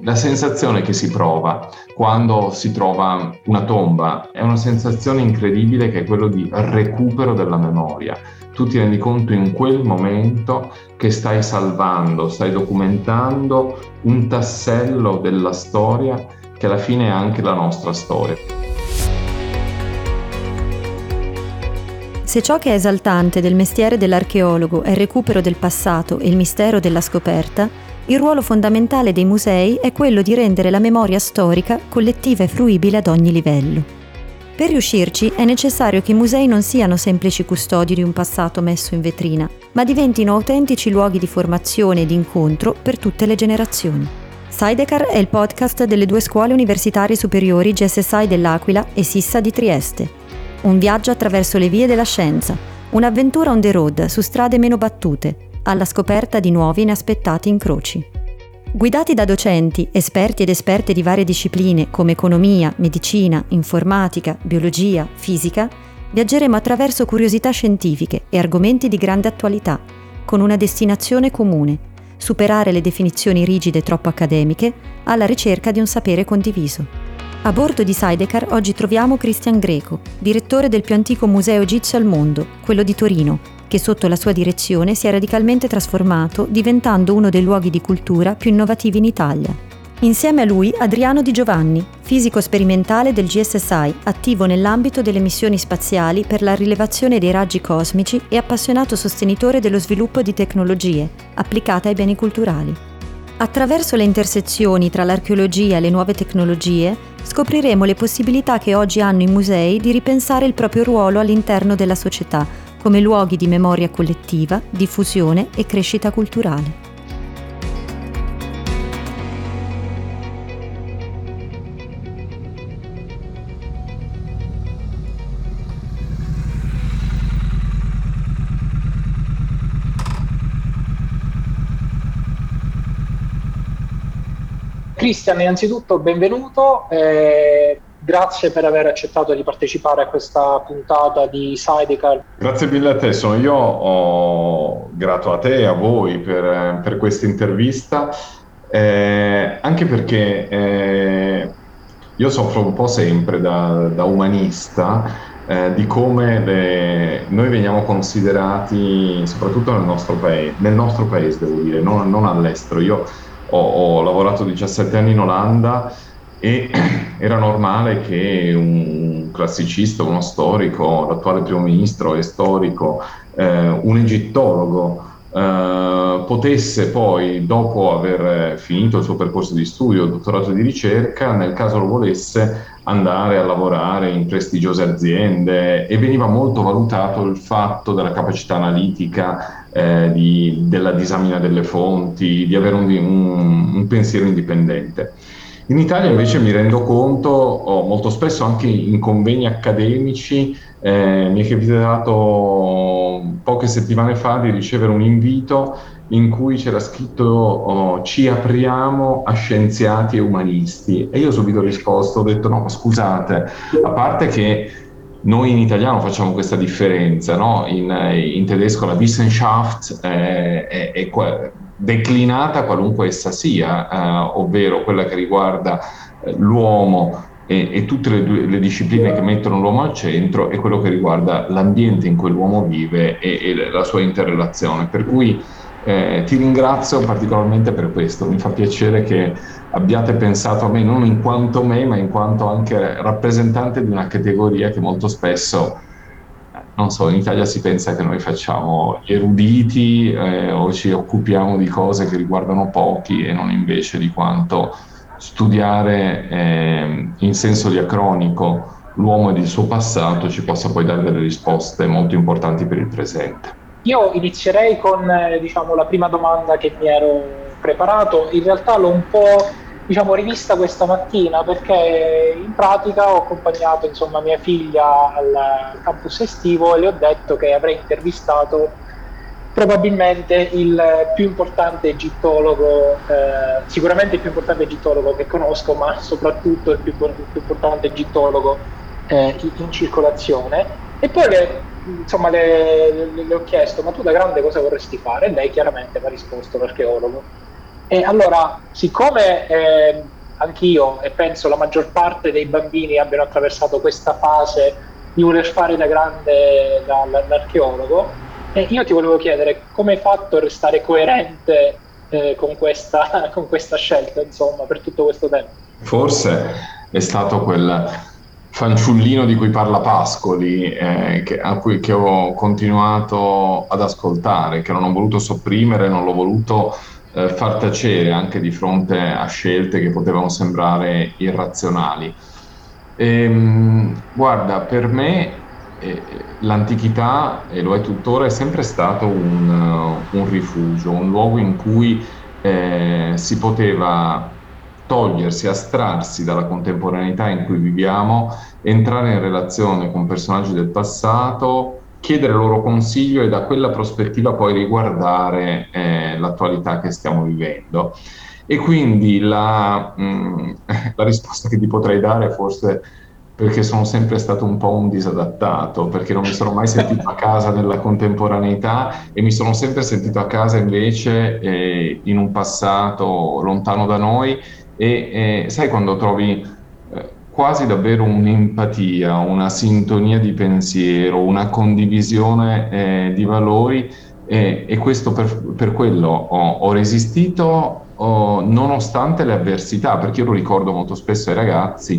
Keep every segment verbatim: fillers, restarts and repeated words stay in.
la sensazione che si prova quando si trova una tomba è una sensazione incredibile, che è quello di recupero della memoria. Tu ti rendi conto in quel momento che stai salvando, stai documentando un tassello della storia che alla fine è anche la nostra storia. Se ciò che è esaltante del mestiere dell'archeologo è il recupero del passato e il mistero della scoperta, il ruolo fondamentale dei musei è quello di rendere la memoria storica collettiva e fruibile ad ogni livello. Per riuscirci è necessario che i musei non siano semplici custodi di un passato messo in vetrina, ma diventino autentici luoghi di formazione e di incontro per tutte le generazioni. Sidecar è il podcast delle due scuole universitarie superiori G S S I dell'Aquila e Sissa di Trieste. Un viaggio attraverso le vie della scienza, un'avventura on the road su strade meno battute, alla scoperta di nuovi inaspettati incroci. Guidati da docenti, esperti ed esperte di varie discipline come economia, medicina, informatica, biologia, fisica, viaggeremo attraverso curiosità scientifiche e argomenti di grande attualità, con una destinazione comune: superare le definizioni rigide troppo accademiche alla ricerca di un sapere condiviso. A bordo di Sidecar oggi troviamo Cristian Greco, direttore del più antico museo egizio al mondo, quello di Torino, che sotto la sua direzione si è radicalmente trasformato, diventando uno dei luoghi di cultura più innovativi in Italia. Insieme a lui Adriano Di Giovanni, fisico sperimentale del G S S I, attivo nell'ambito delle missioni spaziali per la rilevazione dei raggi cosmici e appassionato sostenitore dello sviluppo di tecnologie applicate ai beni culturali. Attraverso le intersezioni tra l'archeologia e le nuove tecnologie, scopriremo le possibilità che oggi hanno i musei di ripensare il proprio ruolo all'interno della società, come luoghi di memoria collettiva, diffusione e crescita culturale. Cristian, innanzitutto benvenuto, eh, grazie per aver accettato di partecipare a questa puntata di Sidecar. Grazie mille a te, sono io oh, grato a te e a voi per, per questa intervista, eh, anche perché eh, io soffro un po' sempre da, da umanista eh, di come le, noi veniamo considerati, soprattutto nel nostro paese, nel nostro paese devo dire, non, non all'estero. Io Ho, ho lavorato diciassette anni in Olanda e era normale che un classicista, uno storico, l'attuale primo ministro e storico, eh, un egittologo, eh, potesse poi, dopo aver finito il suo percorso di studio, il dottorato di ricerca, nel caso lo volesse, andare a lavorare in prestigiose aziende, e veniva molto valutato il fatto della capacità analitica, eh, di, della disamina delle fonti, di avere un, un, un pensiero indipendente. In Italia invece mi rendo conto, oh, molto spesso anche in convegni accademici, eh, mi è capitato poche settimane fa di ricevere un invito in cui c'era scritto oh, ci apriamo a scienziati e umanisti, e io subito ho risposto, ho detto no, scusate, a parte che noi in italiano facciamo questa differenza, no? In, in tedesco la Wissenschaft è, è, è qua, declinata qualunque essa sia, eh, ovvero quella che riguarda eh, l'uomo e, e tutte le, le discipline che mettono l'uomo al centro, e quello che riguarda l'ambiente in cui l'uomo vive e, e la sua interrelazione. Per cui eh, ti ringrazio particolarmente per questo, mi fa piacere che abbiate pensato a me non in quanto me, ma in quanto anche rappresentante di una categoria che molto spesso, non so, in Italia si pensa che noi facciamo gli eruditi eh, o ci occupiamo di cose che riguardano pochi, e non invece di quanto studiare eh, in senso diacronico l'uomo ed il suo passato ci possa poi dare delle risposte molto importanti per il presente. Io inizierei con eh, diciamo, la prima domanda che mi ero preparato. In realtà l'ho un po' diciamo, rivista questa mattina, perché in pratica ho accompagnato insomma, mia figlia al campus estivo e le ho detto che avrei intervistato probabilmente il più importante egittologo, eh, sicuramente il più importante egittologo che conosco, ma soprattutto il più, il più importante egittologo eh, in, in circolazione. E poi le, insomma, le, le, le ho chiesto, ma tu da grande cosa vorresti fare? E lei chiaramente mi ha risposto l'archeologo. E allora, siccome eh, anch'io e penso la maggior parte dei bambini abbiano attraversato questa fase di voler fare da grande da- da- l'archeologo, eh, io ti volevo chiedere come hai fatto a restare coerente eh, con questa, con questa scelta, insomma, per tutto questo tempo. Forse è stato quel fanciullino di cui parla Pascoli, eh, che, a cui, che ho continuato ad ascoltare, che non ho voluto sopprimere, non l'ho voluto eh, far tacere anche di fronte a scelte che potevano sembrare irrazionali. Ehm, guarda, per me eh, l'antichità, e lo è tuttora, è sempre stato un, uh, un rifugio, un luogo in cui eh, si poteva togliersi, astrarsi dalla contemporaneità in cui viviamo, entrare in relazione con personaggi del passato, chiedere loro consiglio e da quella prospettiva poi riguardare eh, l'attualità che stiamo vivendo. E quindi la, mh, la risposta che ti potrei dare è forse perché sono sempre stato un po' un disadattato, perché non mi sono mai sentito a casa nella contemporaneità e mi sono sempre sentito a casa invece eh, in un passato lontano da noi e eh, sai quando trovi eh, quasi davvero un'empatia, una sintonia di pensiero, una condivisione eh, di valori e, e questo per, per quello ho, ho resistito oh, nonostante le avversità, perché io lo ricordo molto spesso ai ragazzi,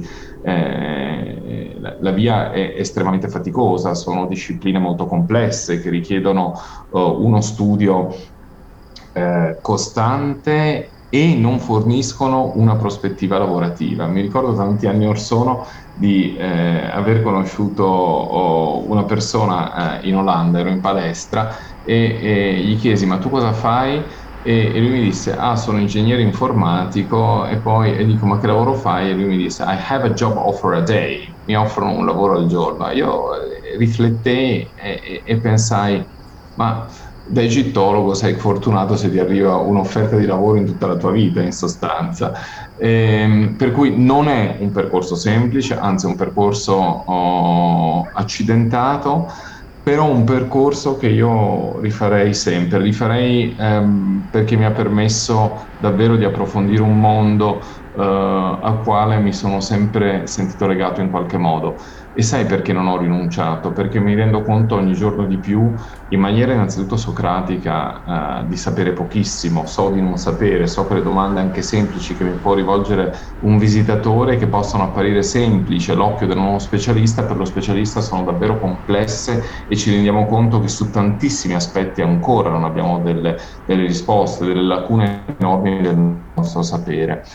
eh, la, la via è estremamente faticosa, sono discipline molto complesse che richiedono oh, uno studio eh, costante e non forniscono una prospettiva lavorativa. Mi ricordo tanti anni or sono di eh, aver conosciuto oh, una persona eh, in Olanda, ero in palestra e, e gli chiesi ma tu cosa fai? E, e lui mi disse ah sono ingegnere informatico e poi e dico ma che lavoro fai? E lui mi disse I have a job offer a day, mi offrono un lavoro al giorno. Io eh, riflettei e, e, e pensai ma da egittologo sei fortunato se ti arriva un'offerta di lavoro in tutta la tua vita, in sostanza. Ehm, per cui non è un percorso semplice, anzi è un percorso oh, accidentato, però un percorso che io rifarei sempre, rifarei ehm, perché mi ha permesso davvero di approfondire un mondo eh, al quale mi sono sempre sentito legato in qualche modo. E sai perché non ho rinunciato? Perché mi rendo conto ogni giorno di più, in maniera innanzitutto socratica, eh, di sapere pochissimo, so di non sapere, so che le domande anche semplici che mi può rivolgere un visitatore, che possono apparire semplici all'occhio del non specialista, per lo specialista sono davvero complesse e ci rendiamo conto che su tantissimi aspetti ancora non abbiamo delle, delle risposte, delle lacune enormi del nostro sapere.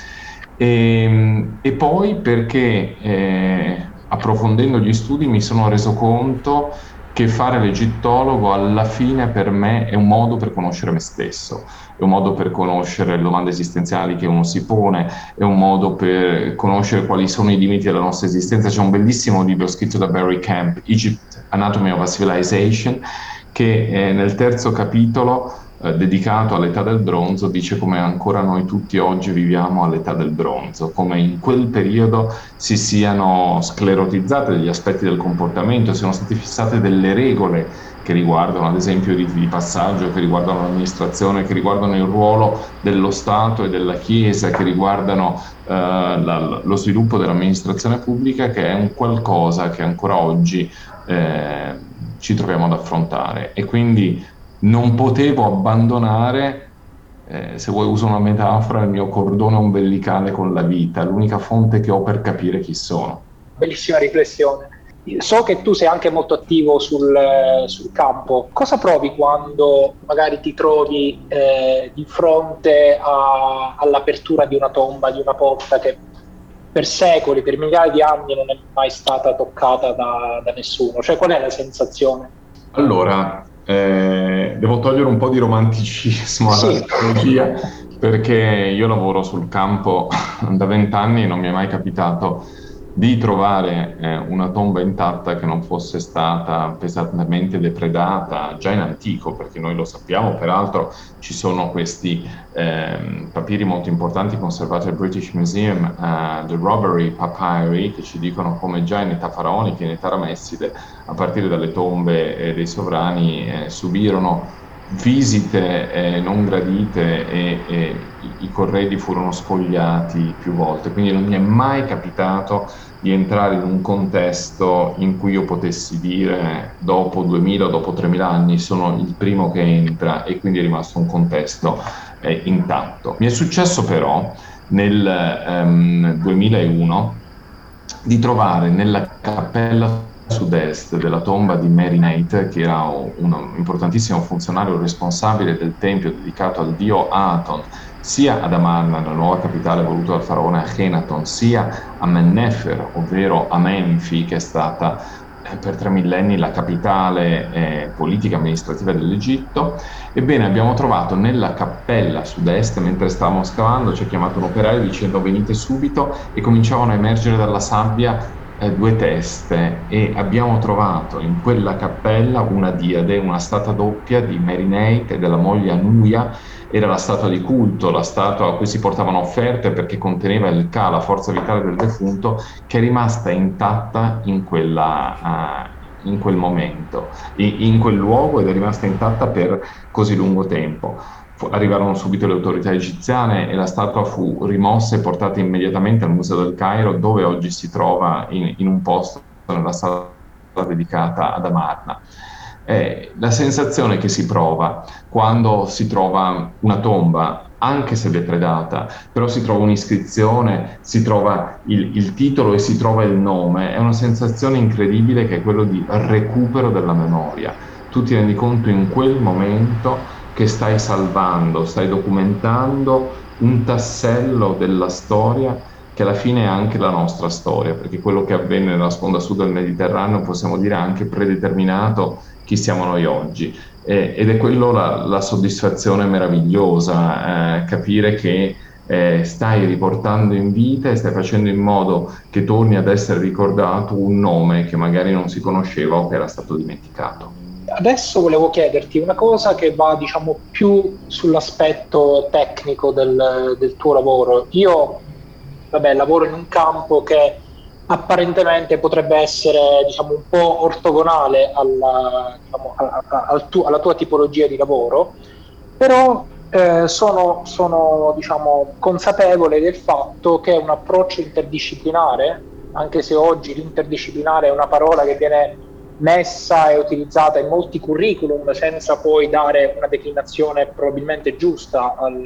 E, e poi perché eh, approfondendo gli studi mi sono reso conto che fare l'egittologo alla fine per me è un modo per conoscere me stesso, è un modo per conoscere le domande esistenziali che uno si pone, è un modo per conoscere quali sono i limiti della nostra esistenza. C'è un bellissimo libro scritto da Barry Camp, Egypt, Anatomy of a Civilization, che eh, nel terzo capitolo eh, dedicato all'età del bronzo dice come ancora noi tutti oggi viviamo all'età del bronzo, come in quel periodo si siano sclerotizzate degli aspetti del comportamento, siano state fissate delle regole che riguardano ad esempio i riti di passaggio, che riguardano l'amministrazione, che riguardano il ruolo dello Stato e della Chiesa, che riguardano eh, la, lo sviluppo dell'amministrazione pubblica, che è un qualcosa che ancora oggi eh, ci troviamo ad affrontare. E quindi non potevo abbandonare, eh, se vuoi uso una metafora, il mio cordone ombelicale con la vita, l'unica fonte che ho per capire chi sono. Bellissima riflessione. So che tu sei anche molto attivo sul, sul campo. Cosa provi quando magari ti trovi eh, di fronte a- all'apertura di una tomba, di una porta che per secoli, per migliaia di anni non è mai stata toccata da, da nessuno? Cioè, qual è la sensazione? Allora, eh, devo togliere un po' di romanticismo Sì. all'archeologia perché io lavoro sul campo da vent'anni e non mi è mai capitato di trovare eh, una tomba intatta che non fosse stata pesantemente depredata già in antico, perché noi lo sappiamo, peraltro ci sono questi ehm, papiri molto importanti conservati al British Museum, eh, The Robbery Papyri, che ci dicono come già in età faraonica, in età ramesside, a partire dalle tombe eh, dei sovrani, eh, subirono visite eh, non gradite e, e i, i corredi furono spogliati più volte, quindi non mi è mai capitato di entrare in un contesto in cui io potessi dire dopo duemila o dopo tremila anni sono il primo che entra, e quindi è rimasto un contesto eh, intatto. Mi è successo però nel ehm, duemilauno di trovare nella cappella sud-est della tomba di Mary Nate, che era un importantissimo funzionario responsabile del tempio dedicato al dio Aton, sia ad Amarna, la nuova capitale voluta dal faraone Akhenaton, sia a Mennefer, ovvero a Menfi, che è stata eh, per tre millenni la capitale eh, politica e amministrativa dell'Egitto. Ebbene, abbiamo trovato nella cappella sud-est, mentre stavamo scavando, ci ha chiamato un operaio dicendo venite subito, e cominciavano a emergere dalla sabbia eh, due teste, e abbiamo trovato in quella cappella una diade, una statua doppia di Mary Nate e della moglie Anuia. Era la statua di culto, la statua a cui si portavano offerte perché conteneva il Ka, la forza vitale del defunto, che è rimasta intatta in quella... Uh, in quel momento, in quel luogo, ed è rimasta intatta per così lungo tempo. Arrivarono subito le autorità egiziane e la statua fu rimossa e portata immediatamente al Museo del Cairo, dove oggi si trova in, in un posto nella sala dedicata ad Amarna. Eh, la sensazione che si prova quando si trova una tomba, anche se depredata, però si trova un'iscrizione, si trova il, il titolo e si trova il nome, è una sensazione incredibile, che è quello di recupero della memoria. Tu ti rendi conto in quel momento che stai salvando, stai documentando un tassello della storia, che alla fine è anche la nostra storia, perché quello che avvenne nella sponda sud del Mediterraneo possiamo dire ha anche predeterminato chi siamo noi oggi. Eh, ed è quello la, la soddisfazione meravigliosa, eh, capire che eh, stai riportando in vita e stai facendo in modo che torni ad essere ricordato un nome che magari non si conosceva o che era stato dimenticato. Adesso volevo chiederti una cosa che va, diciamo, più sull'aspetto tecnico del, del tuo lavoro. Io, vabbè, lavoro in un campo che apparentemente potrebbe essere, diciamo, un po' ortogonale alla, diciamo, a, a, al tu, alla tua tipologia di lavoro, però eh, sono, sono diciamo, consapevole del fatto che un approccio interdisciplinare, anche se oggi l'interdisciplinare è una parola che viene messa e utilizzata in molti curriculum senza poi dare una declinazione probabilmente giusta al,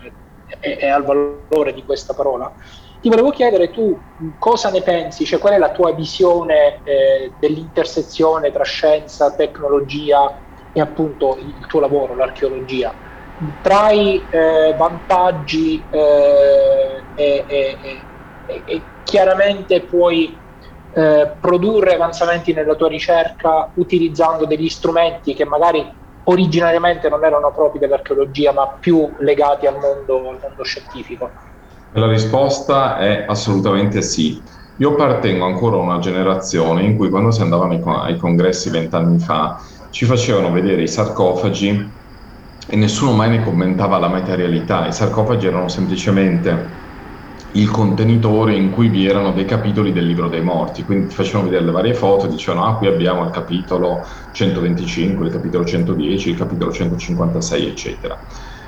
e, e al valore di questa parola. Ti volevo chiedere tu cosa ne pensi, cioè qual è la tua visione eh, dell'intersezione tra scienza, tecnologia e appunto il tuo lavoro, l'archeologia. Trai eh, vantaggi eh, e, e, e, e chiaramente puoi eh, produrre avanzamenti nella tua ricerca utilizzando degli strumenti che magari originariamente non erano propri dell'archeologia ma più legati al mondo, al mondo scientifico. La risposta è assolutamente sì. Io appartengo ancora a una generazione in cui, quando si andavano ai, ai congressi vent'anni fa, ci facevano vedere i sarcofagi e nessuno mai ne commentava la materialità. I sarcofagi erano semplicemente il contenitore in cui vi erano dei capitoli del libro dei morti, quindi ti facevano vedere le varie foto e dicevano ah, qui abbiamo il capitolo centoventicinque, il capitolo centodieci, il capitolo centocinquantasei, eccetera.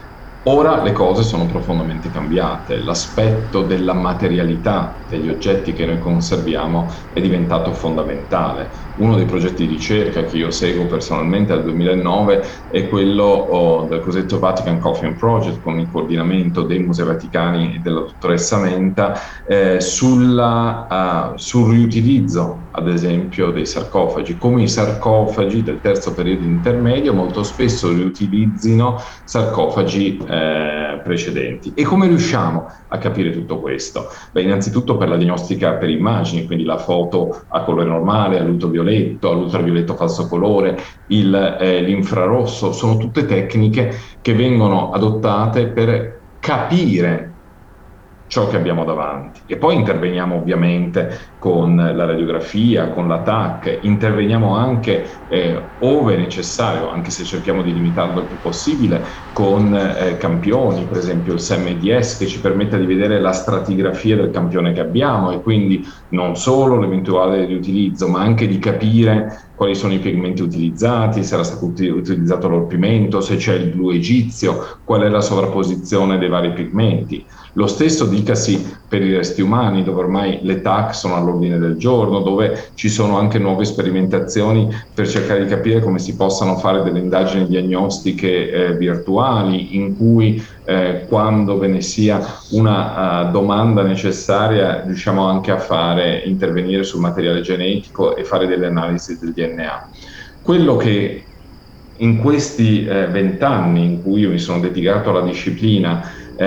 Ora le cose sono profondamente cambiate, l'aspetto della materialità degli oggetti che noi conserviamo è diventato fondamentale. Uno dei progetti di ricerca che io seguo personalmente dal duemilanove è quello oh, del cosiddetto Vatican Coffin Project, con il coordinamento dei Musei Vaticani e della dottoressa Menta, eh, sulla, uh, sul riutilizzo, ad esempio, dei sarcofagi, come i sarcofagi del terzo periodo intermedio molto spesso riutilizzino sarcofagi eh, precedenti. E come riusciamo a capire tutto questo? Beh, innanzitutto per la diagnostica per immagini, quindi la foto a colore normale, all'ultravioletto, all'ultravioletto falso colore, il, eh, l'infrarosso, sono tutte tecniche che vengono adottate per capire ciò che abbiamo davanti. E poi interveniamo ovviamente con la radiografia, con la T A C, interveniamo anche eh, ove necessario, anche se cerchiamo di limitarlo il più possibile, con eh, campioni, per esempio il S M D S, che ci permette di vedere la stratigrafia del campione che abbiamo e quindi non solo l'eventuale riutilizzo, ma anche di capire quali sono i pigmenti utilizzati, se era stato utilizzato l'orpimento, se c'è il blu egizio, qual è la sovrapposizione dei vari pigmenti. Lo stesso dicasi per i resti umani, dove ormai le T A C sono all'ordine del giorno, dove ci sono anche nuove sperimentazioni per cercare di capire come si possano fare delle indagini diagnostiche eh, virtuali, in cui eh, quando ve ne sia una uh, domanda necessaria riusciamo anche a fare, intervenire sul materiale genetico e fare delle analisi del D N A. Quello che in questi vent'anni eh, in cui io mi sono dedicato alla disciplina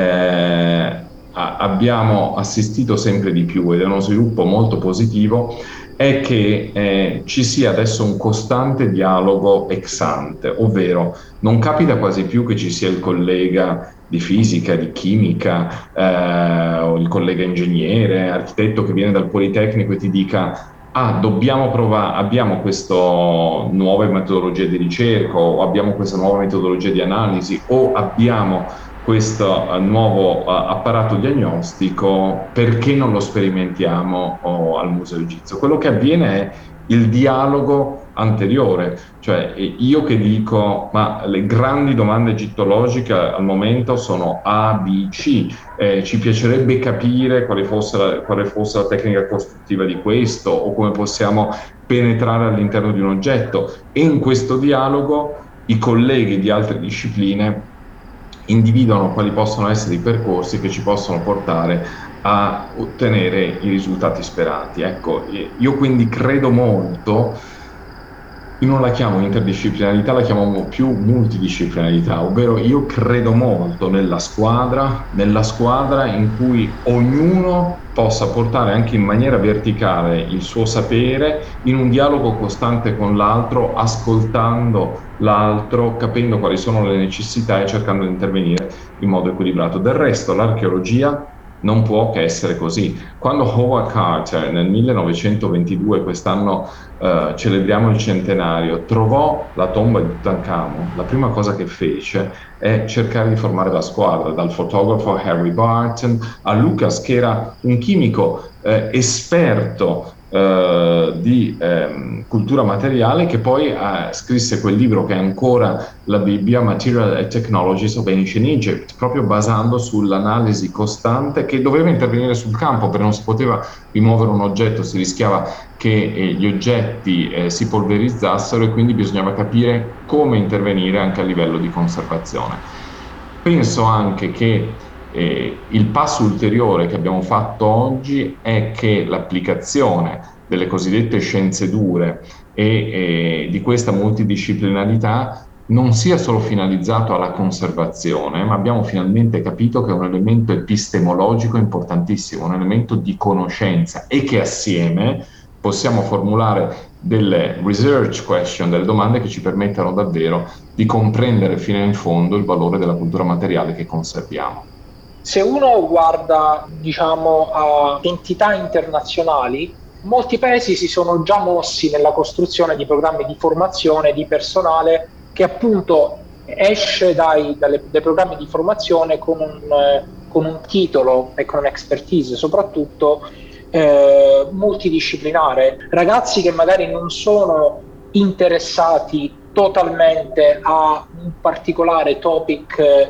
eh, a, abbiamo assistito sempre di più, ed è uno sviluppo molto positivo, è che eh, ci sia adesso un costante dialogo ex ante, ovvero non capita quasi più che ci sia il collega di fisica, di chimica, eh, o il collega ingegnere, architetto che viene dal Politecnico e ti dica: ah, dobbiamo provare, abbiamo queste nuove metodologie di ricerca, o abbiamo questa nuova metodologia di analisi, o abbiamo questo uh, nuovo uh, apparato diagnostico, perché non lo sperimentiamo oh, al Museo Egizio? Quello che avviene è il dialogo anteriore, cioè io che dico: ma le grandi domande egittologiche al momento sono A, B, C, eh, ci piacerebbe capire quale fosse, la, quale fosse la tecnica costruttiva di questo, o come possiamo penetrare all'interno di un oggetto, e in questo dialogo i colleghi di altre discipline individuano quali possono essere i percorsi che ci possono portare a ottenere i risultati sperati. Ecco, io quindi credo molto, io non la chiamo interdisciplinarità, la chiamo più multidisciplinarità, ovvero io credo molto nella squadra, nella squadra in cui ognuno possa portare anche in maniera verticale il suo sapere in un dialogo costante con l'altro, ascoltando l'altro, capendo quali sono le necessità e cercando di intervenire in modo equilibrato. Del resto l'archeologia non può che essere così. Quando Howard Carter nel millenovecentoventidue, quest'anno eh, celebriamo il centenario, trovò la tomba di Tutankhamon, la prima cosa che fece è cercare di formare la squadra, dal fotografo Harry Barton a Lucas, che era un chimico eh, esperto eh, di eh, cultura materiale, che poi eh, scrisse quel libro che è ancora la Bibbia, Material and Technologies of Ancient Egypt, proprio basando sull'analisi costante, che doveva intervenire sul campo, perché non si poteva rimuovere un oggetto, si rischiava che eh, gli oggetti eh, si polverizzassero, e quindi bisognava capire come intervenire anche a livello di conservazione. Penso anche che eh, il passo ulteriore che abbiamo fatto oggi è che l'applicazione delle cosiddette scienze dure e eh, di questa multidisciplinarità non sia solo finalizzato alla conservazione, ma abbiamo finalmente capito che è un elemento epistemologico importantissimo, un elemento di conoscenza, e che assieme possiamo formulare delle research question, delle domande che ci permettano davvero di comprendere fino in fondo il valore della cultura materiale che conserviamo. Se uno guarda, diciamo, a entità internazionali, molti paesi si sono già mossi nella costruzione di programmi di formazione di personale che appunto esce dai, dalle, dai programmi di formazione con un, eh, con un titolo e con un'expertise soprattutto eh, multidisciplinare. Ragazzi che magari non sono interessati totalmente a un particolare topic eh,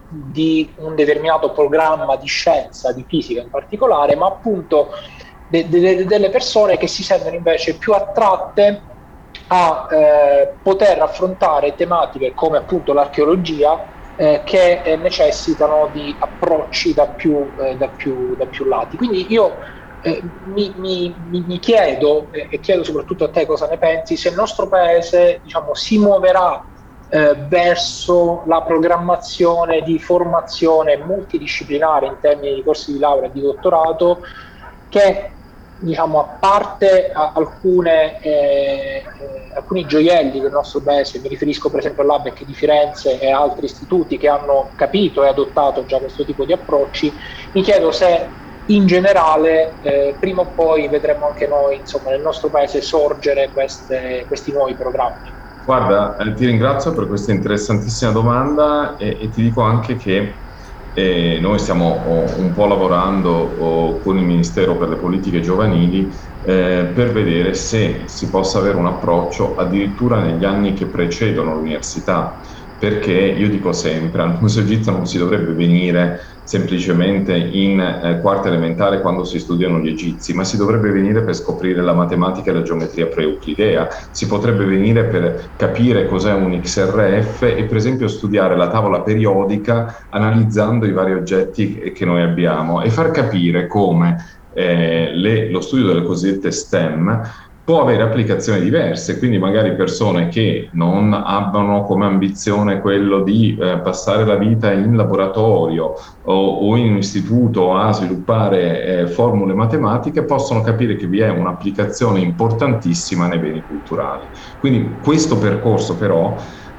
di un determinato programma di scienza, di fisica in particolare, ma appunto de- de- delle persone che si sentono invece più attratte a eh, poter affrontare tematiche come appunto l'archeologia eh, che eh, necessitano di approcci da più, eh, da più, da più lati. Quindi io eh, mi, mi, mi chiedo, eh, e chiedo soprattutto a te cosa ne pensi, se il nostro paese, diciamo, si muoverà eh, verso la programmazione di formazione multidisciplinare in termini di corsi di laurea e di dottorato, che, diciamo, a parte a alcune, eh, eh, alcuni gioielli del nostro paese, mi riferisco per esempio all'A B E C di Firenze e altri istituti che hanno capito e adottato già questo tipo di approcci, mi chiedo se in generale eh, prima o poi vedremo anche noi, insomma, nel nostro paese sorgere queste, questi nuovi programmi. Guarda, eh, ti ringrazio per questa interessantissima domanda e, e ti dico anche che eh, noi stiamo oh, un po' lavorando oh, con il Ministero per le politiche giovanili eh, per vedere se si possa avere un approccio addirittura negli anni che precedono l'università, perché io dico sempre, al Museo Egizio non si dovrebbe venire semplicemente in eh, quarta elementare quando si studiano gli egizi, ma si dovrebbe venire per scoprire la matematica e la geometria pre-euclidea, si potrebbe venire per capire cos'è un X R F e per esempio studiare la tavola periodica analizzando i vari oggetti che noi abbiamo e far capire come eh, le, lo studio delle cosiddette STEM può avere applicazioni diverse, quindi magari persone che non abbiano come ambizione quello di eh, passare la vita in laboratorio o, o in istituto a sviluppare eh, formule matematiche possono capire che vi è un'applicazione importantissima nei beni culturali. Quindi questo percorso però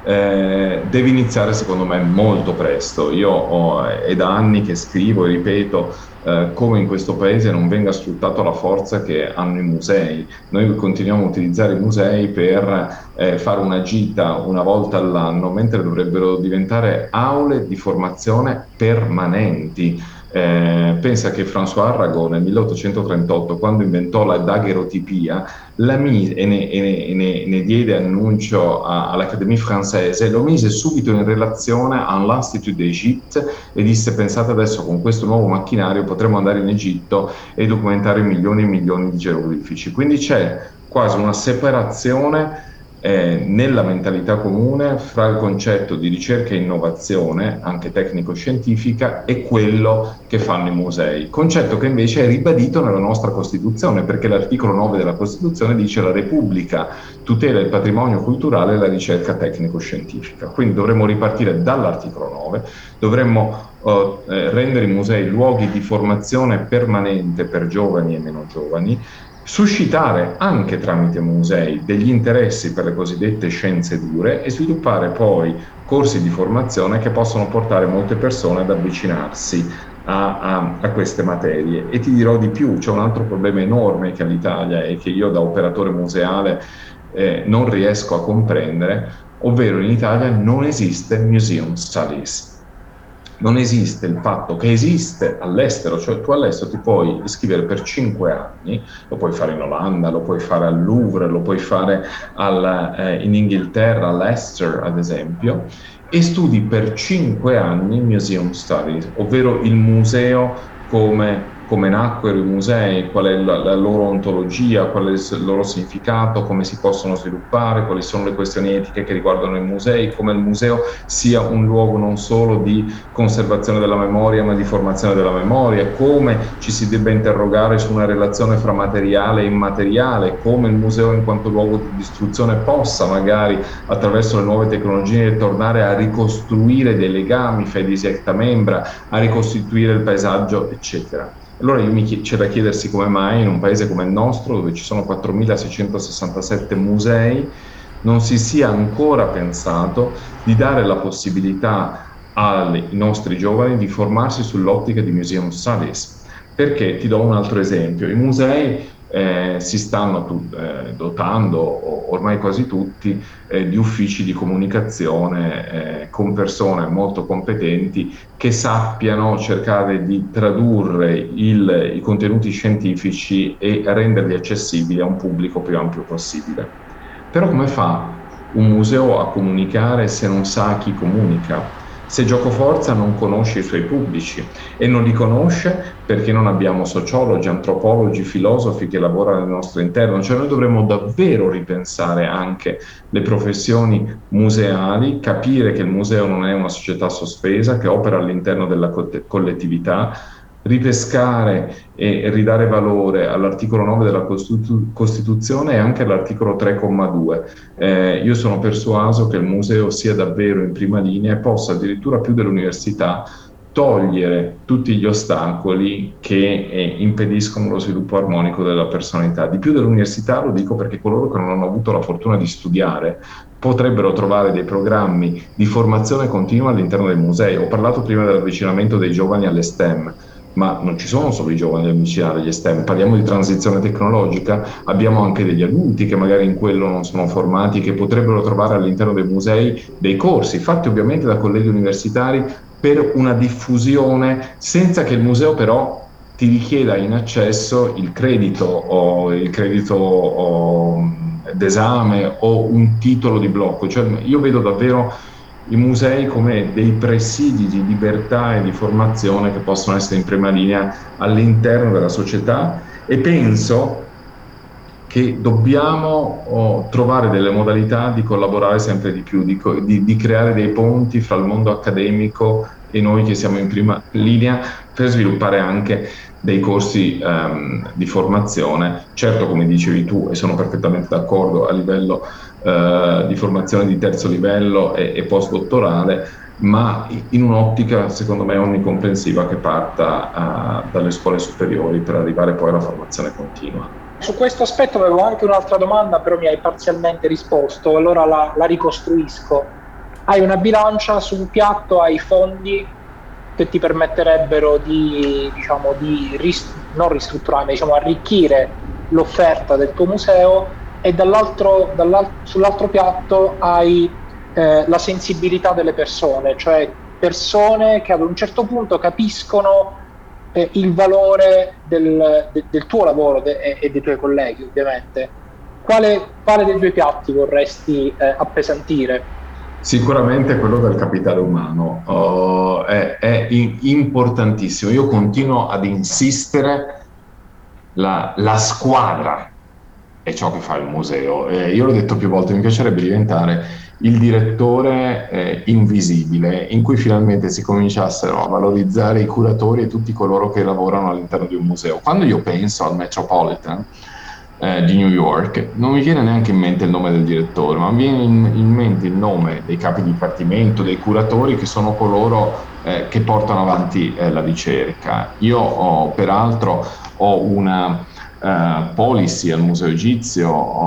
eh, deve iniziare secondo me molto presto. Io ho, è da anni che scrivo e ripeto eh, come in questo paese non venga sfruttata la forza che hanno i musei. Noi continuiamo a utilizzare i musei per eh, fare una gita una volta all'anno, mentre dovrebbero diventare aule di formazione permanenti. Eh, pensa che François Aragon nel milleottocentotrentotto, quando inventò la daguerreotipia, la mise, e, ne, e, ne, e ne, ne diede annuncio a, all'Académie Française, lo mise subito in relazione all'Institut d'Égypte e disse: pensate adesso con questo nuovo macchinario potremo andare in Egitto e documentare milioni e milioni di geroglifici. Quindi c'è quasi una separazione Eh, nella mentalità comune fra il concetto di ricerca e innovazione, anche tecnico-scientifica, e quello che fanno i musei. Concetto che invece è ribadito nella nostra Costituzione, perché l'articolo nove della Costituzione dice: la Repubblica tutela il patrimonio culturale e la ricerca tecnico-scientifica. Quindi dovremmo ripartire dall'articolo nove, dovremmo eh, rendere i musei luoghi di formazione permanente per giovani e meno giovani, suscitare anche tramite musei degli interessi per le cosiddette scienze dure e sviluppare poi corsi di formazione che possono portare molte persone ad avvicinarsi a, a, a queste materie. E ti dirò di più, c'è un altro problema enorme che ha l'Italia e che io da operatore museale eh, non riesco a comprendere, ovvero in Italia non esiste Museum Studies. Non esiste il fatto che esiste all'estero, cioè tu all'estero ti puoi iscrivere per cinque anni, lo puoi fare in Olanda, lo puoi fare al Louvre, lo puoi fare al, eh, in Inghilterra, all'Exeter ad esempio, e studi per cinque anni Museum Studies, ovvero il museo come, come nacquero i musei, qual è la, la loro ontologia, qual è il loro significato, come si possono sviluppare, quali sono le questioni etiche che riguardano i musei, come il museo sia un luogo non solo di conservazione della memoria ma di formazione della memoria, come ci si debba interrogare su una relazione fra materiale e immateriale, come il museo in quanto luogo di istruzione possa magari attraverso le nuove tecnologie tornare a ricostruire dei legami fra i disecta membra, a ricostituire il paesaggio, eccetera. Allora io mi chied- c'è da chiedersi come mai in un paese come il nostro, dove ci sono quattromilaseicentosessantasette musei, non si sia ancora pensato di dare la possibilità ai nostri giovani di formarsi sull'ottica di Museum Studies. Perché ti do un altro esempio: i musei eh, si stanno tu- eh, dotando, o- ormai quasi tutti, eh, di uffici di comunicazione eh, con persone molto competenti che sappiano cercare di tradurre il, i contenuti scientifici e renderli accessibili a un pubblico più ampio possibile. Però come fa un museo a comunicare se non sa chi comunica? Se Giocoforza non conosce i suoi pubblici, e non li conosce perché non abbiamo sociologi, antropologi, filosofi che lavorano al nostro interno. Cioè noi dovremmo davvero ripensare anche le professioni museali, capire che il museo non è una società sospesa che opera all'interno della collettività, ripescare e ridare valore all'articolo nove della Costitu- Costituzione e anche all'articolo tre comma due. Eh, io sono persuaso che il museo sia davvero in prima linea e possa, addirittura più dell'università, togliere tutti gli ostacoli che eh, impediscono lo sviluppo armonico della personalità. Di più dell'università, lo dico perché coloro che non hanno avuto la fortuna di studiare potrebbero trovare dei programmi di formazione continua all'interno dei musei. Ho parlato prima dell'avvicinamento dei giovani alle STEM. Ma non ci sono solo i giovani ad avvicinare agli STEM, parliamo di transizione tecnologica, abbiamo anche degli adulti che magari in quello non sono formati, che potrebbero trovare all'interno dei musei dei corsi, fatti ovviamente da colleghi universitari per una diffusione, senza che il museo però ti richieda in accesso il credito o il credito o, d'esame o un titolo di blocco. Cioè, io vedo davvero i musei come dei presidi di libertà e di formazione che possono essere in prima linea all'interno della società, e penso che dobbiamo oh, trovare delle modalità di collaborare sempre di più, di, di, di creare dei ponti fra il mondo accademico e noi che siamo in prima linea, per sviluppare anche dei corsi um, di formazione. Certo, come dicevi tu, e sono perfettamente d'accordo, a livello uh, di formazione di terzo livello e, e postdottorale, ma in un'ottica secondo me onnicomprensiva che parta uh, dalle scuole superiori per arrivare poi alla formazione continua. Su questo aspetto avevo anche un'altra domanda, però mi hai parzialmente risposto, allora la, la ricostruisco. Hai una bilancia, su un piatto hai fondi che ti permetterebbero di, diciamo, di rist- non ristrutturare, ma diciamo arricchire l'offerta del tuo museo, e dall'altro, dall'altro, sull'altro piatto hai eh, la sensibilità delle persone, cioè persone che ad un certo punto capiscono eh, il valore del, de, del tuo lavoro de, e dei tuoi colleghi, ovviamente. Quale, quale dei due piatti vorresti eh, appesantire? Sicuramente quello del capitale umano uh, è, è in, importantissimo. Io continuo ad insistere, la, la squadra è ciò che fa il museo. Eh, io l'ho detto più volte, mi piacerebbe diventare il direttore eh, invisibile, in cui finalmente si cominciassero a valorizzare i curatori e tutti coloro che lavorano all'interno di un museo. Quando io penso al Metropolitan eh, di New York, non mi viene neanche in mente il nome del direttore, ma mi viene in, in mente il nome dei capi dipartimento, dei curatori, che sono coloro eh, che portano avanti eh, la ricerca. Io ho, peraltro ho una Uh, policy al Museo Egizio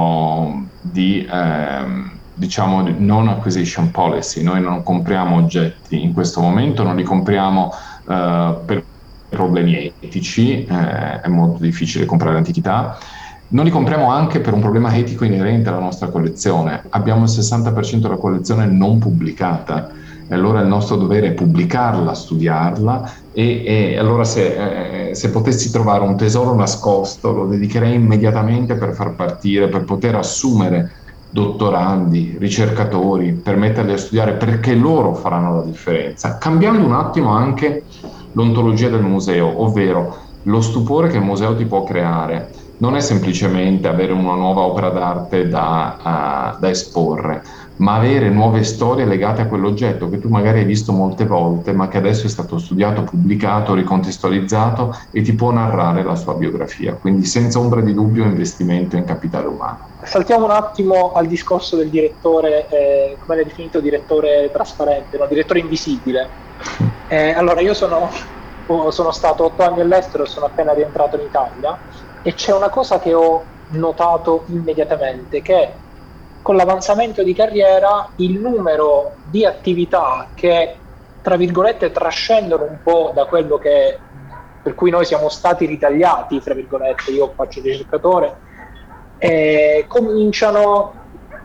oh, di um, diciamo non acquisition policy. Noi non compriamo oggetti in questo momento, non li compriamo uh, per problemi etici, eh, è molto difficile comprare antichità, non li compriamo anche per un problema etico inerente alla nostra collezione. Abbiamo il sessanta per cento della collezione non pubblicata, e allora il nostro dovere è pubblicarla, studiarla, e, e allora se, eh, se potessi trovare un tesoro nascosto lo dedicherei immediatamente per far partire, per poter assumere dottorandi, ricercatori, permetterli a studiare, perché loro faranno la differenza, cambiando un attimo anche l'ontologia del museo, ovvero lo stupore che il museo ti può creare non è semplicemente avere una nuova opera d'arte da, uh, da esporre, ma avere nuove storie legate a quell'oggetto che tu magari hai visto molte volte, ma che adesso è stato studiato, pubblicato, ricontestualizzato e ti può narrare la sua biografia. Quindi senza ombra di dubbio investimento in capitale umano. Saltiamo un attimo al discorso del direttore, eh, come l'hai definito, direttore trasparente, no? Direttore invisibile. Eh, allora io sono, sono stato otto anni all'estero e sono appena rientrato in Italia, e c'è una cosa che ho notato immediatamente, che con l'avanzamento di carriera il numero di attività che, tra virgolette, trascendono un po' da quello che, per cui noi siamo stati ritagliati, tra virgolette, io faccio il ricercatore, eh, cominciano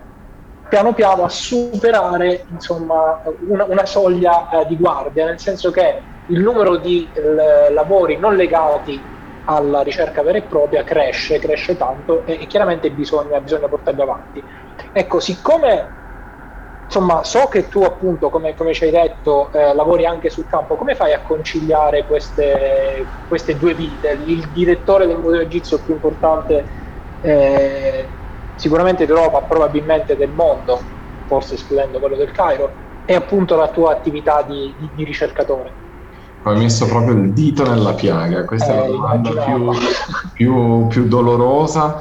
piano piano a superare, insomma, una, una soglia eh, di guardia, nel senso che il numero di eh, lavori non legati alla ricerca vera e propria cresce, cresce tanto, e, e chiaramente bisogna, bisogna portarli avanti. Ecco, siccome insomma so che tu appunto, come, come ci hai detto, eh, lavori anche sul campo, come fai a conciliare queste, queste due vite? Il direttore del Museo Egizio più importante eh, sicuramente d'Europa, probabilmente del mondo, forse escludendo quello del Cairo, e appunto la tua attività di, di, di ricercatore. Hai messo proprio il dito nella piaga, questa eh, è la domanda più, più, più dolorosa.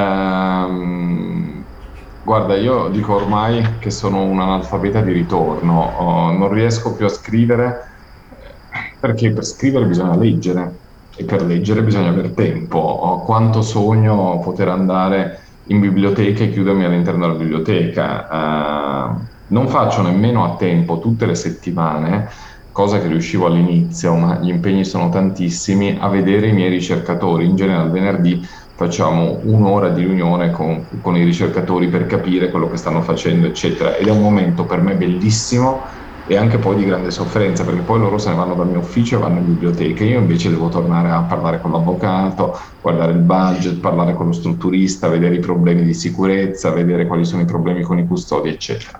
Ehm, guarda, io dico ormai che sono un analfabeta di ritorno, oh, non riesco più a scrivere, perché per scrivere bisogna leggere, e per leggere bisogna avere tempo. Oh, quanto sogno poter andare in biblioteca e chiudermi all'interno della biblioteca. Uh, non faccio nemmeno a tempo tutte le settimane cosa che riuscivo all'inizio, ma gli impegni sono tantissimi, a vedere i miei ricercatori. In genere il venerdì facciamo un'ora di riunione con, con i ricercatori per capire quello che stanno facendo, eccetera. Ed è un momento per me bellissimo e anche poi di grande sofferenza, perché poi loro se ne vanno dal mio ufficio e vanno in biblioteca. Io invece devo tornare a parlare con l'avvocato, guardare il budget, parlare con lo strutturista, vedere i problemi di sicurezza, vedere quali sono i problemi con i custodi, eccetera.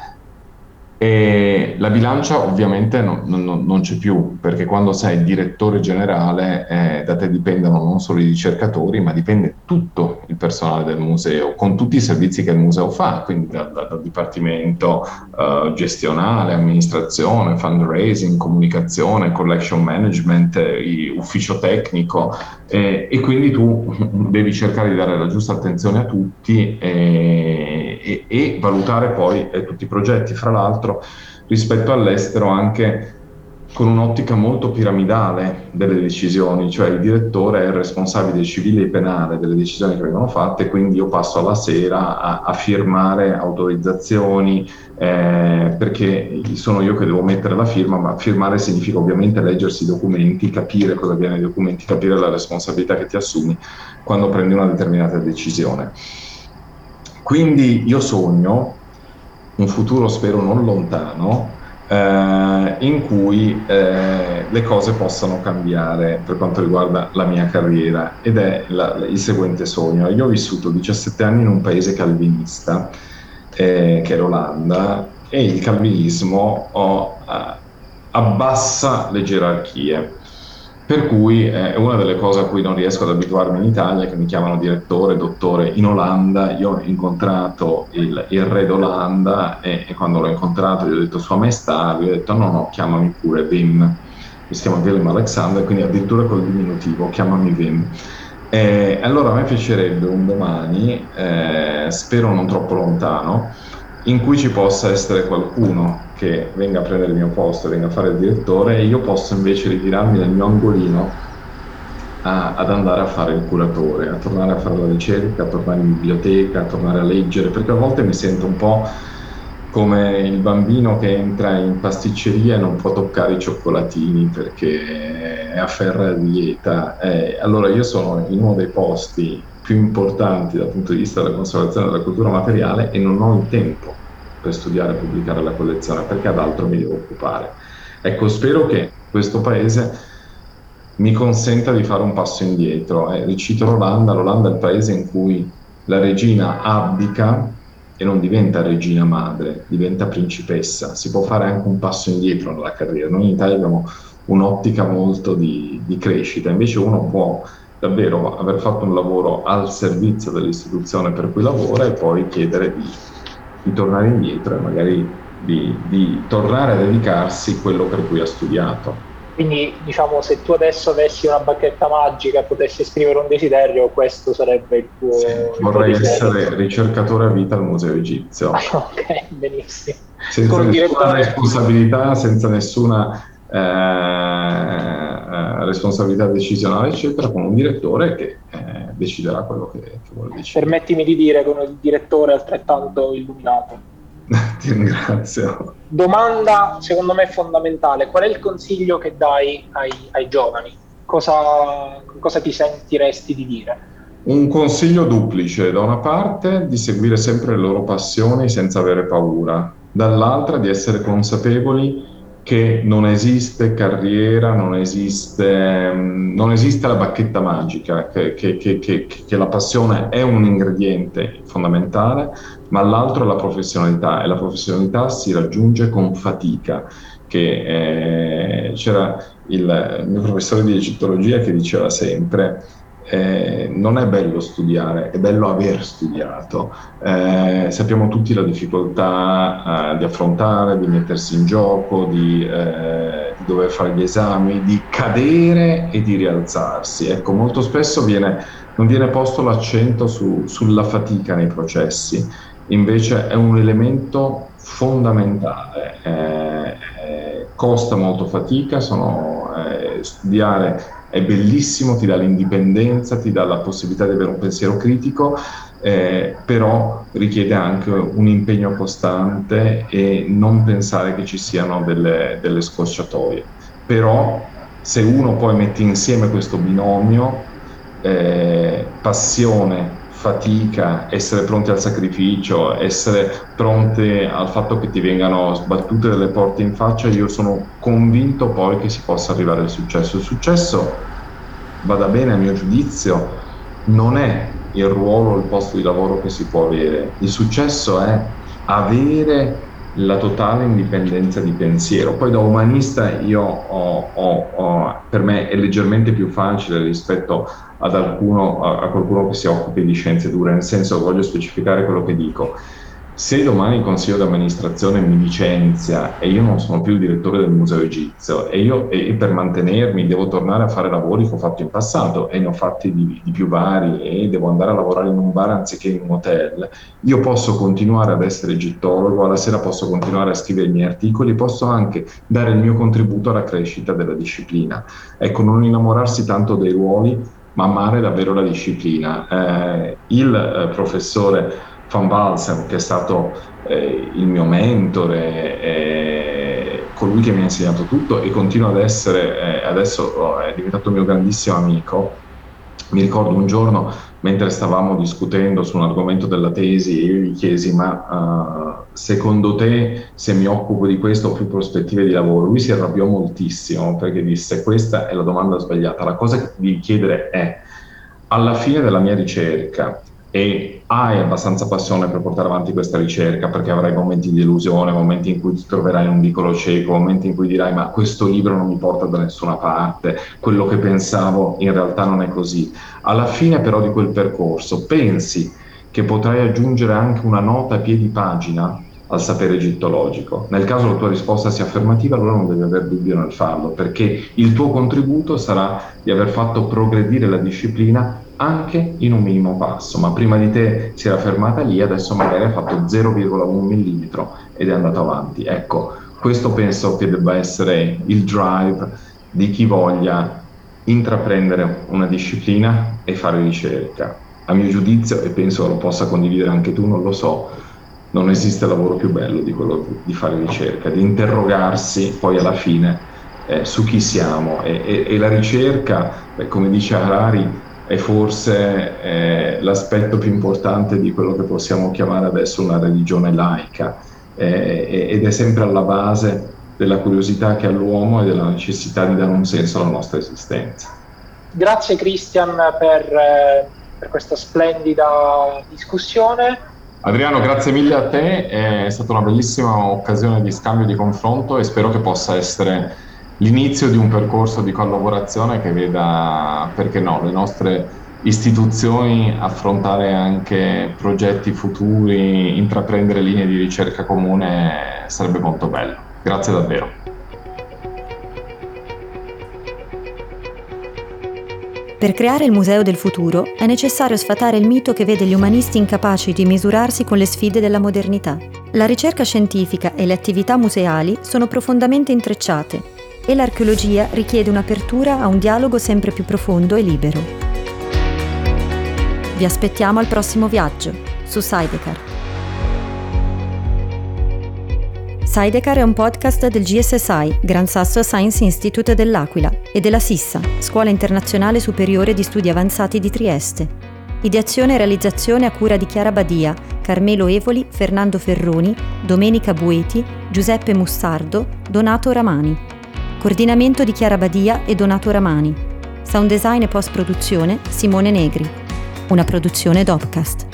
E la bilancia ovviamente non, non- non c'è più, perché quando sei direttore generale eh, da te dipendono non solo i ricercatori, ma dipende tutto il personale del museo, con tutti i servizi che il museo fa, quindi dal, dal- dal dipartimento eh, gestionale, amministrazione, fundraising, comunicazione, collection management, eh, i- ufficio tecnico, eh, e quindi tu devi cercare di dare la giusta attenzione a tutti e, e- e valutare poi eh, tutti i progetti. Fra l'altro, rispetto all'estero, anche con un'ottica molto piramidale delle decisioni, cioè il direttore è il responsabile civile e penale delle decisioni che vengono fatte, quindi io passo alla sera a, a firmare autorizzazioni, eh, perché sono io che devo mettere la firma, ma firmare significa ovviamente leggersi i documenti, capire cosa viene nei documenti, capire la responsabilità che ti assumi quando prendi una determinata decisione. Quindi io sogno un futuro, spero non lontano, eh, in cui eh, le cose possano cambiare per quanto riguarda la mia carriera, ed è la- il seguente sogno. Io ho vissuto diciassette anni in un paese calvinista, eh, che è l'Olanda, e il calvinismo oh, eh, abbassa le gerarchie. Per cui eh, è una delle cose a cui non riesco ad abituarmi in Italia, che mi chiamano direttore, dottore. In Olanda io ho incontrato il, il re d'Olanda e, e quando l'ho incontrato gli ho detto Sua Maestà, gli ho detto no, no, chiamami pure Wim. Mi si chiama Willem Alexander, quindi addirittura col diminutivo, chiamami Wim. E allora a me piacerebbe un domani, eh, spero non troppo lontano, in cui ci possa essere qualcuno che venga a prendere il mio posto, venga a fare il direttore, e io posso invece ritirarmi nel mio angolino a- ad andare a fare il curatore, a tornare a fare la ricerca, a tornare in biblioteca, a tornare a leggere, perché a volte mi sento un po' come il bambino che entra in pasticceria e non può toccare i cioccolatini perché è a ferro e a dieta. Eh, allora io sono in uno dei posti più importanti dal punto di vista della conservazione della cultura materiale e non ho il tempo per studiare e pubblicare la collezione perché ad altro mi devo occupare. Ecco, spero che questo paese mi consenta di fare un passo indietro. Eh, ricito l'Olanda. L'Olanda è il paese in cui la regina abdica e non diventa regina madre, diventa principessa. Si può fare anche un passo indietro nella carriera. Noi in Italia abbiamo un'ottica molto di, di crescita, invece uno può davvero aver fatto un lavoro al servizio dell'istituzione per cui lavora e poi chiedere di, di tornare indietro e magari di, di tornare a dedicarsi a quello per cui ha studiato. Quindi, diciamo, se tu adesso avessi una bacchetta magica e potessi esprimere un desiderio, questo sarebbe il tuo, Sì, il tuo vorrei desiderio. essere ricercatore a vita al Museo Ah, Egizio, ok, benissimo. senza Con un nessuna direttore, responsabilità, senza nessuna eh, eh, responsabilità decisionale, eccetera, con un direttore che eh, deciderà quello che, che vuole decidere. permettimi di dire, con un direttore altrettanto illuminato. Ti ringrazio. Domanda, secondo me, fondamentale. Qual è il consiglio che dai ai, ai giovani? Cosa, cosa ti sentiresti di dire? Un consiglio duplice: da una parte di seguire sempre le loro passioni senza avere paura, dall'altra di essere consapevoli che non esiste carriera, non esiste, mm, non esiste la bacchetta magica, che, che- che- che- che la passione è un ingrediente fondamentale, ma l'altro è la professionalità, e la professionalità si raggiunge con fatica. Che, eh, c'era il mio professore di egittologia che diceva sempre eh, non è bello studiare, è bello aver studiato. Eh, sappiamo tutti la difficoltà eh, di affrontare, di mettersi in gioco, di, eh, di dover fare gli esami, di cadere e di rialzarsi. Ecco, molto spesso viene, non viene posto l'accento su- sulla fatica nei processi, invece è un elemento fondamentale. Eh, eh, costa molto fatica, sono, eh, studiare è bellissimo, ti dà l'indipendenza, ti dà la possibilità di avere un pensiero critico, eh, però richiede anche un impegno costante e non pensare che ci siano delle, delle scorciatoie. Però se uno poi mette insieme questo binomio, eh, passione, fatica, essere pronti al sacrificio, essere pronti al fatto che ti vengano sbattute delle porte in faccia, io sono convinto poi che si possa arrivare al successo. Il successo, vada bene a mio giudizio, non è il ruolo o il posto di lavoro che si può avere. Il successo è avere la totale indipendenza di pensiero. Poi da umanista io ho, ho, ho, per me è leggermente più facile rispetto ad alcuno, a, a qualcuno che si occupi di scienze dure, nel senso, voglio specificare quello che dico. Se domani il consiglio d'amministrazione mi licenzia e io non sono più il direttore del museo egizio e io e per mantenermi devo tornare a fare lavori che ho fatto in passato e ne ho fatti di, di più vari e devo andare a lavorare in un bar anziché in un hotel, io posso continuare ad essere egittologo, alla sera posso continuare a scrivere i miei articoli, posso anche dare il mio contributo alla crescita della disciplina. Ecco, non innamorarsi tanto dei ruoli, ma amare davvero la disciplina. Eh, il eh, professore Van Balsam, che è stato eh, il mio mentore, eh, colui che mi ha insegnato tutto e continua ad essere, eh, adesso oh, è diventato mio grandissimo amico. Mi ricordo un giorno, mentre stavamo discutendo su un argomento della tesi, io gli chiesi, ma uh, secondo te se mi occupo di questo ho più prospettive di lavoro? Lui si arrabbiò moltissimo perché disse, questa è la domanda sbagliata, la cosa che ti devi chiedere è, alla fine della mia ricerca, e hai abbastanza passione per portare avanti questa ricerca, perché avrai momenti di delusione, momenti in cui ti troverai in un vicolo cieco, momenti in cui dirai ma questo libro non mi porta da nessuna parte, quello che pensavo in realtà non è così. Alla fine però di quel percorso pensi che potrai aggiungere anche una nota a piedi pagina al sapere egittologico. Nel caso la tua risposta sia affermativa, allora non devi aver dubbio nel farlo, perché il tuo contributo sarà di aver fatto progredire la disciplina anche in un minimo passo, ma prima di te si era fermata lì, adesso magari ha fatto zero virgola uno millimetro ed è andato avanti. Ecco, questo penso che debba essere il drive di chi voglia intraprendere una disciplina e fare ricerca. A mio giudizio, e penso lo possa condividere anche tu, non lo so, non esiste lavoro più bello di quello di fare ricerca, di interrogarsi poi alla fine eh, su chi siamo e, e, e la ricerca, beh, come dice Harari, è forse eh, l'aspetto più importante di quello che possiamo chiamare adesso una religione laica eh, ed è sempre alla base della curiosità che ha l'uomo e della necessità di dare un senso alla nostra esistenza. Grazie Christian per, eh, per questa splendida discussione. Adriano, grazie mille a te, è stata una bellissima occasione di scambio, di confronto e spero che possa essere l'inizio di un percorso di collaborazione che veda, perché no, le nostre istituzioni affrontare anche progetti futuri, intraprendere linee di ricerca comune sarebbe molto bello. Grazie davvero. Per creare il Museo del Futuro è necessario sfatare il mito che vede gli umanisti incapaci di misurarsi con le sfide della modernità. La ricerca scientifica e le attività museali sono profondamente intrecciate e l'archeologia richiede un'apertura a un dialogo sempre più profondo e libero. Vi aspettiamo al prossimo viaggio su Sidecar. Sidecar è un podcast del G S S I, Gran Sasso Science Institute dell'Aquila, e della SISSA, Scuola Internazionale Superiore di Studi Avanzati di Trieste. Ideazione e realizzazione a cura di Chiara Badia, Carmelo Evoli, Fernando Ferroni, Domenica Bueti, Giuseppe Mussardo, Donato Ramani. Coordinamento di Chiara Badia e Donato Ramani. Sound design e post-produzione Simone Negri. Una produzione Dopcast.